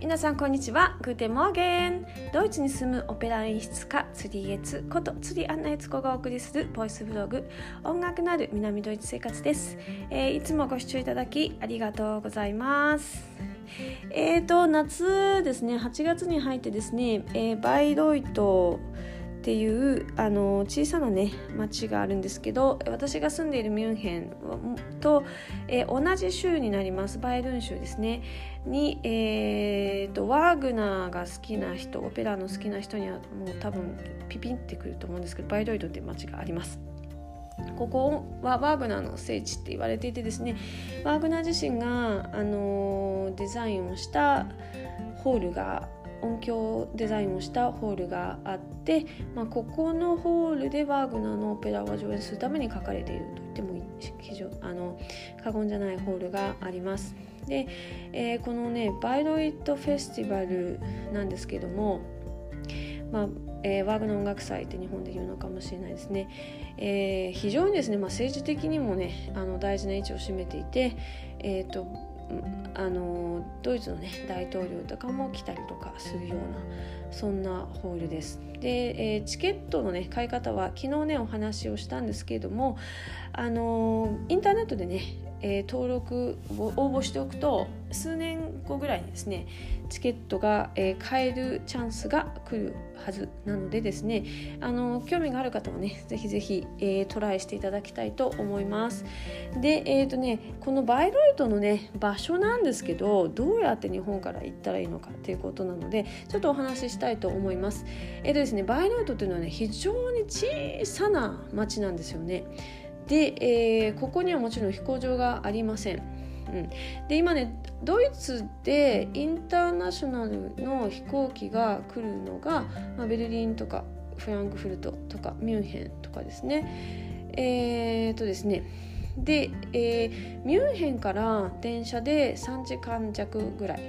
皆さんこんにちは。グーテンモーゲン。ドイツに住むオペラ演出家釣りエツこと釣りアンナエツコがお送りするボイスブログ音楽のある南ドイツ生活です。いつもご視聴いただきありがとうございます。夏ですね、8月に入ってですね、バイロイトっていう小さなね町があるんですけど、私が住んでいるミュンヘンと、同じ州になりますバイルン州ですねに、ワーグナーが好きな人、オペラの好きな人にはもう多分ピピンってくると思うんですけど、バイロイトっていう町があります。ここはワーグナーの聖地って言われていてですね、ワーグナー自身が、デザインをしたホールが音響デザインをしたホールがあって、ここのホールでワーグナーのオペラを上演するために書かれていると言っても非常過言じゃないホールがあります。で、このねバイロイトフェスティバルなんですけども、ワーグナー音楽祭って日本で言うのかもしれないですね。非常にですね、政治的にもね大事な位置を占めていて、ドイツのね大統領とかも来たりとかするようなそんなホールです。で、チケットのね買い方は昨日ねお話をしたんですけれども、インターネットでね、登録を応募しておくと数年後ぐらいにですねチケットが、買えるチャンスが来るはずなのでですね、興味がある方はねぜひぜひ、トライしていただきたいと思います。で、このバイロイトのね場所なんですけど、どうやって日本から行ったらいいのかということなのでちょっとお話ししたいと思います。ですね、バイロイトというのはね非常に小さな町なんですよね。で、ここにはもちろん飛行場がありません。で今ねドイツでインターナショナルの飛行機が来るのが、ベルリンとかフランクフルトとかミュンヘンとかですね。ですねで、ミュンヘンから電車で3時間弱ぐらい、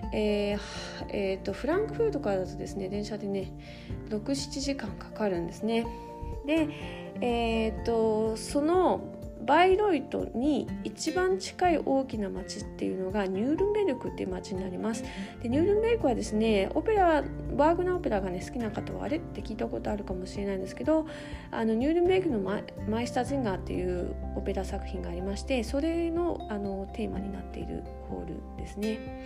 フランクフルトからだとですね電車でね 6,7 時間かかるんですね。で、そのバイロイトに一番近い大きな町っていうのがニュールンベルクっていう町になります。でニュールンベルクはですねワーグナーオペラがね好きな方はあれって聞いたことあるかもしれないんですけど、ニュールンベルクのマイスターズンガーっていうオペラ作品がありまして、それの、テーマになっているホールですね。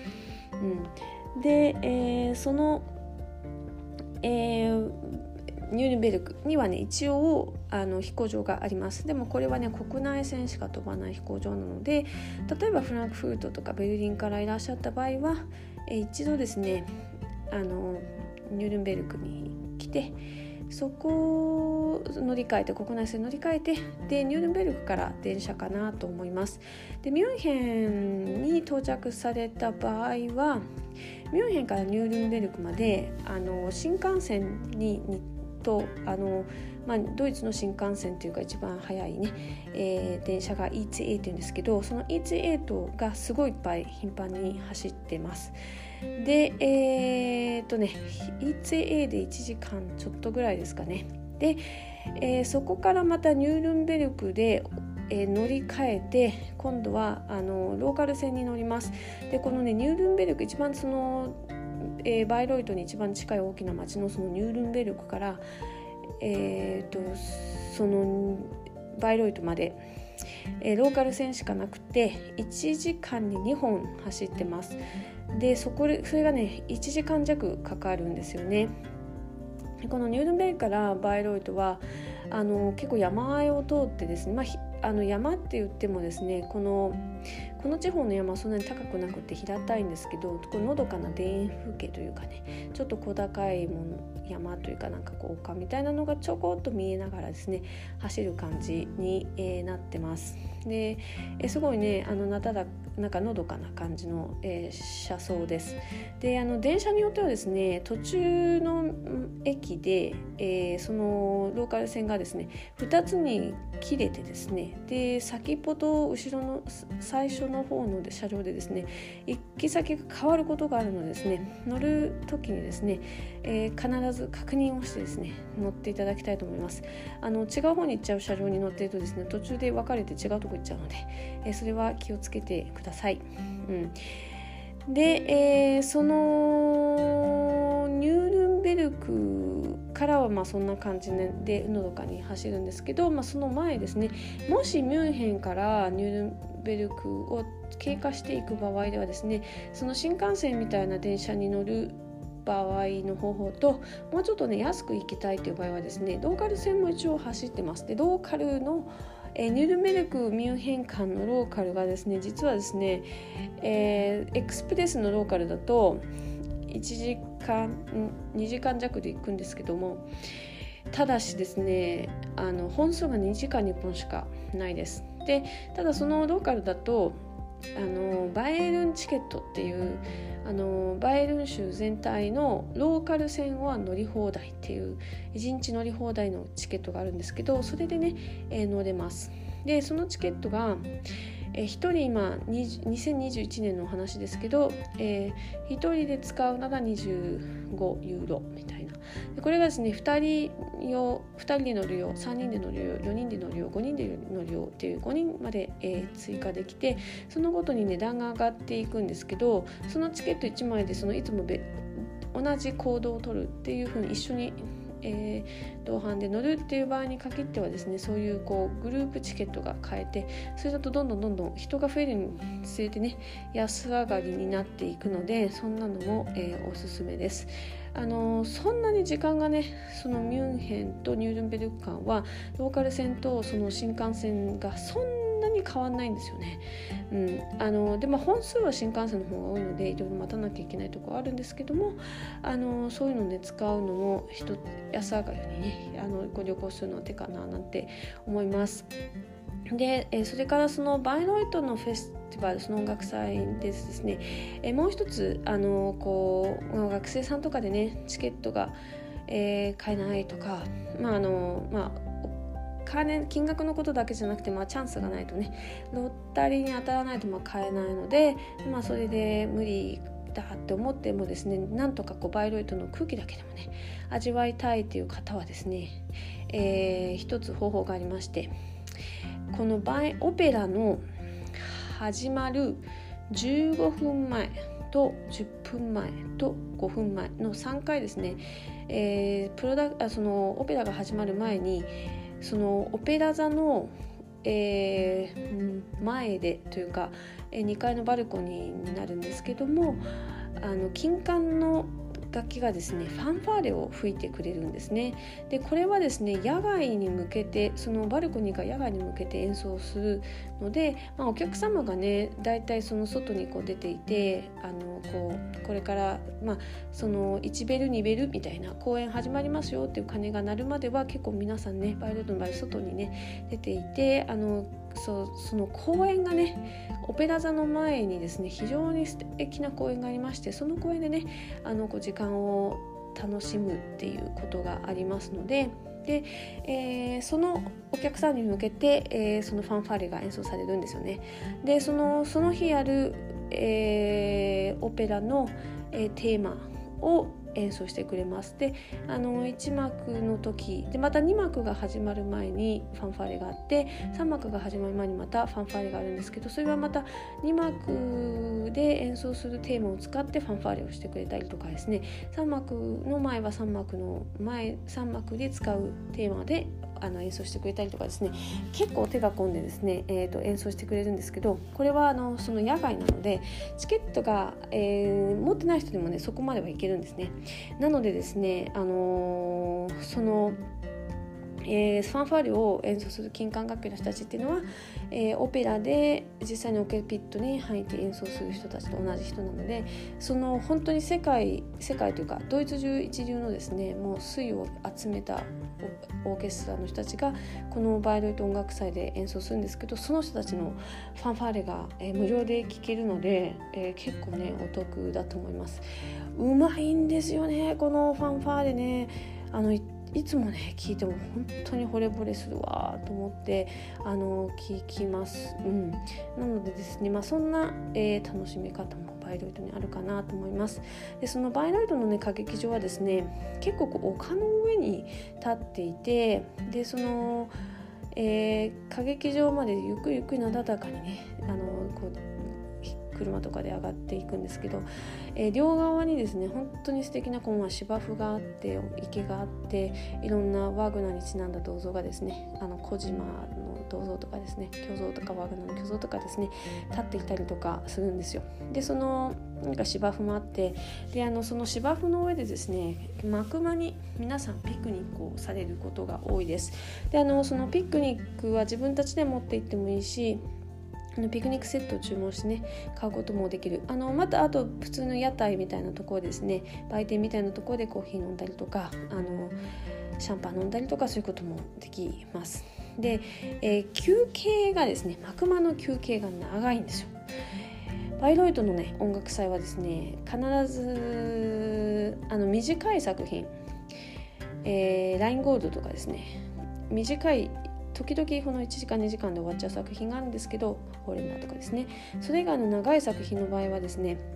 で、その、ニュールンベルクにはね一応飛行場があります。でもこれはね国内線しか飛ばない飛行場なので、例えばフランクフルトとかベルリンからいらっしゃった場合は、一度ですねニュールンベルクに来て、そこを乗り換えて国内線乗り換えて、でニュールンベルクから電車かなと思います。でミュンヘンに到着された場合はミュンヘンからニュールンベルクまで新幹線にとドイツの新幹線というか一番早いね、電車が ECA というんですけど、その ECA とがすごいいっぱい頻繁に走ってます。でECA で1時間ちょっとぐらいですかね。で、そこからまたニュールンベルクで乗り換えて今度はローカル線に乗ります。でこのねニュールンベルク一番そのバイロイトに一番近い大きな町のそのニュールンベルクから、そのバイロイトまで、ローカル線しかなくて1時間に2本走ってます。でそれがね1時間弱かかるんですよね。このニュールンベルクからバイロイトは結構山あいを通ってですね、山って言ってもですねこの地方の山はそんなに高くなくて平たいんですけど、こののどかな田園風景というかねちょっと小高い山というかなんか丘みたいなのがちょこっと見えながらですね走る感じに、なってます。で、すごいねなんかのどかな感じの、車窓です。で電車によってはですね途中の駅で、そのローカル線がですね2つに切れてですね、で先っぽと後ろの最初の方の車両でですね行き先が変わることがあるのでですね、乗る時にですね、必ず確認をしてですね乗っていただきたいと思います。違う方に行っちゃう車両に乗っているとですね途中で分かれて違うとこ行っちゃうので、それは気をつけてください。 で、そのニュールンベルクからはそんな感じでのどかに走るんですけど、その前ですね、もしミュンヘンからニュールンベルクを経過していく場合ではですね、その新幹線みたいな電車に乗る場合の方法と、もうちょっとね安く行きたいという場合はですね、ローカル線も一応走ってます。でローカルのニュールンベルクミュンヘン間のローカルがですね、実はですね、エクスプレスのローカルだと1時間2時間弱で行くんですけども、ただしですね、本数が2時間に1本しかないです。でただそのローカルだとバイエルンチケットっていうバイエルン州全体のローカル線は乗り放題っていう1日乗り放題のチケットがあるんですけど、それでね、乗れます。でそのチケットが1人今2021年のお話ですけど、1人で使うなら25ユーロみたいな。でこれがですね、2人で乗るよ、3人で乗るよ、4人で乗るよ、5人で乗るよっていう5人まで、追加できて、そのごとに値段が上がっていくんですけど、そのチケット1枚でいつも同じ行動を取るっていう風に一緒に同伴で乗るっていう場合に限ってはですね、そういうグループチケットが買えて、それだとどんどん人が増えるにつれてね、安上がりになっていくので、そんなのも、おすすめです。そんなに時間がね、そのミュンヘンとニュールンベルク間はローカル線とその新幹線がそんなに変わんないんですよね。で本数は新幹線の方が多いのでいろいろ待たなきゃいけないところあるんですけども、そういうのね使うのも安上がりにねご旅行するの手かななんて思います。で、それからそのバイロイトのフェスティバル、その音楽祭でですね、もう一つ学生さんとかでねチケットが、買えないとか、金額のことだけじゃなくて、チャンスがないとね、ロッタリーに当たらないと買えないので、それで無理だって思ってもですね、なんとかバイロイトの空気だけでもね味わいたいという方はですね、一つ方法がありまして、このオペラの始まる15分前と10分前と5分前の3回ですね、そのオペラが始まる前にそのオペラ座の、前でというか、2階のバルコニーになるんですけども、金管の楽器がですねファンファーレを吹いてくれるんですね。でこれはですね野外に向けて、そのバルコニーが野外に向けて演奏するので、お客様がねだいたいその外に出ていて、これから、その1ベル2ベルみたいな公演始まりますよっていう鐘が鳴るまでは結構皆さんねバイオリンの場合外にね出ていて、その公演がねオペラ座の前にですね非常に素敵な公演がありまして、その公演でね時間を楽しむっていうことがありますので、そのお客さんに向けて、そのファンファーレが演奏されるんですよね。でその日やる、オペラの、テーマを演奏してくれます。で1幕の時でまた2幕が始まる前にファンファーレがあって、3幕が始まる前にまたファンファーレがあるんですけど、それはまた2幕で演奏するテーマを使ってファンファーレをしてくれたりとかですね、3幕の前は3幕で使うテーマで演奏してくれたりとかですね、結構手が込んでですね、演奏してくれるんですけど、これはその野外なのでチケットが、持ってない人でもねそこまではいけるんですね。なのでですね、そのファンファーレを演奏する金管楽器の人たちっていうのは、オペラで実際にオケピットに入って演奏する人たちと同じ人なので、その本当に世界というかドイツ中一流のですねもう粋を集めたオーケストラの人たちがこのバイオリン音楽祭で演奏するんですけど、その人たちのファンファーレが、無料で聴けるので、結構ねお得だと思います。うまいんですよねこのファンファーレね。いつもね聞いても本当に惚れ惚れするわと思って聞きます、なのでですね、そんな、楽しみ方もバイロイトにあるかなと思います。でそのバイロイトのね歌劇場はですね結構丘の上に立っていて、でその、歌劇場までゆっくりなだらかにね車とかで上がっていくんですけど、両側にですね本当に素敵な芝生があって池があっていろんなワグナーにちなんだ銅像がですね小島の銅像とかですね巨像とかワグナーの巨像とかですね立っていたりとかするんですよ。でその芝生もあってでその芝生の上でですね幕間に皆さんピクニックをされることが多いです。でそのピクニックは自分たちで持って行ってもいいしピクニックセットを注文してね買うこともできる。またあと普通の屋台みたいなところですね売店みたいなところでコーヒー飲んだりとかシャンパン飲んだりとかそういうこともできます。で、休憩がですね幕間の休憩が長いんですよ。バイロイトのね音楽祭はですね必ず短い作品、ラインゴールドとかですね短い時々この1時間2時間で終わっちゃう作品があるんですけどホーレンダーとかですねそれ以外の長い作品の場合はですね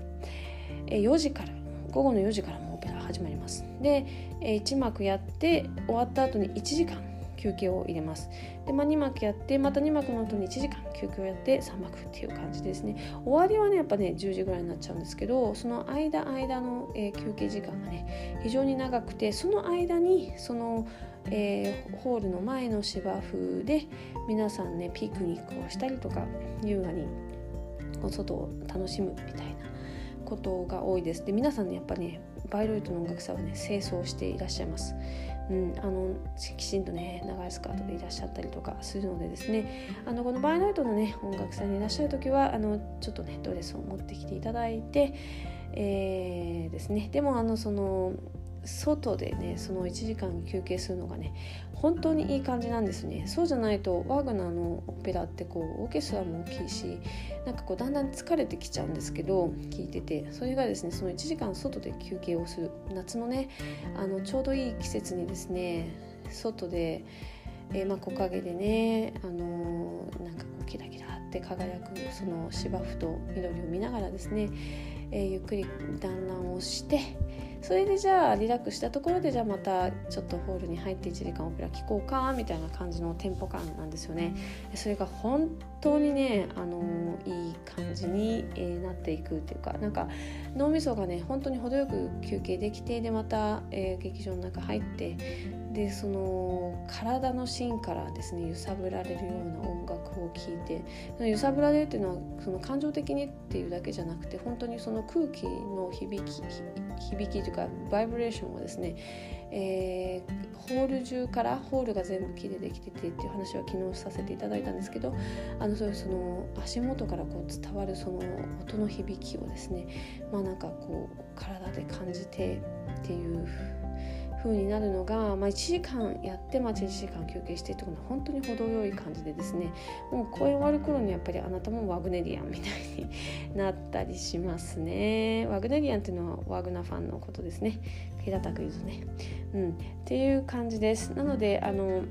4時から午後の4時からもオペラ始まります。で1幕やって終わった後に1時間休憩を入れます。で、2幕やってまた2幕の後に1時間休憩をやって3幕っていう感じですね。終わりはねやっぱね10時ぐらいになっちゃうんですけどその間の、休憩時間がね非常に長くてその間にそのホールの前の芝生で皆さんねピクニックをしたりとか優雅にお外を楽しむみたいなことが多いです。で皆さんねやっぱねバイロイトの音楽祭はね清掃していらっしゃいます。きちんとね長いスカートでいらっしゃったりとかするのでですねこのバイロイトのね音楽祭にいらっしゃる時はちょっとねドレスを持ってきていただいて、ですねでもその外でねその1時間休憩するのがね本当にいい感じなんですね。そうじゃないとワグナーのオペラってオーケストラも大きいしだんだん疲れてきちゃうんですけど聴いててそれがですねその1時間外で休憩をする夏のねちょうどいい季節にですね外で、木陰でねキラキラって輝くその芝生と緑を見ながらですね、ゆっくり団らんをしてそれでじゃあリラックスしたところでじゃあまたちょっとホールに入って1時間オペラ聴こうかみたいな感じのテンポ感なんですよね。それが本当にねいい感じに、なっていくっていうか脳みそがね本当に程よく休憩できてでまた、劇場の中入ってでその体の芯からですね揺さぶられるような音楽を聴いて揺さぶられるっていうのはその感情的にっていうだけじゃなくて本当にその空気の響きというかバイブレーションをですね、ホール中からホールが全部木でできててっていう話は昨日させていただいたんですけどそういうその足元から伝わるその音の響きをですね体で感じてっていう風になるのが、1時間やって1時間休憩してってことは本当に程よい感じでですねもう公演終わる頃にやっぱりあなたもワグネリアンみたいになったりしますね。ワグネリアンっていうのはワグナーファンのことですね。平たく言うとね、っていう感じです。なので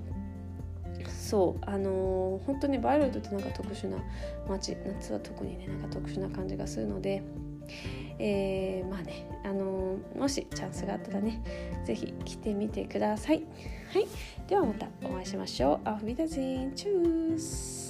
本当にバイロイトって特殊な街夏は特にね特殊な感じがするのでもしチャンスがあったらねぜひ来てみてください。はい、ではまたお会いしましょう。Auf Wiedersehen. Tschüss.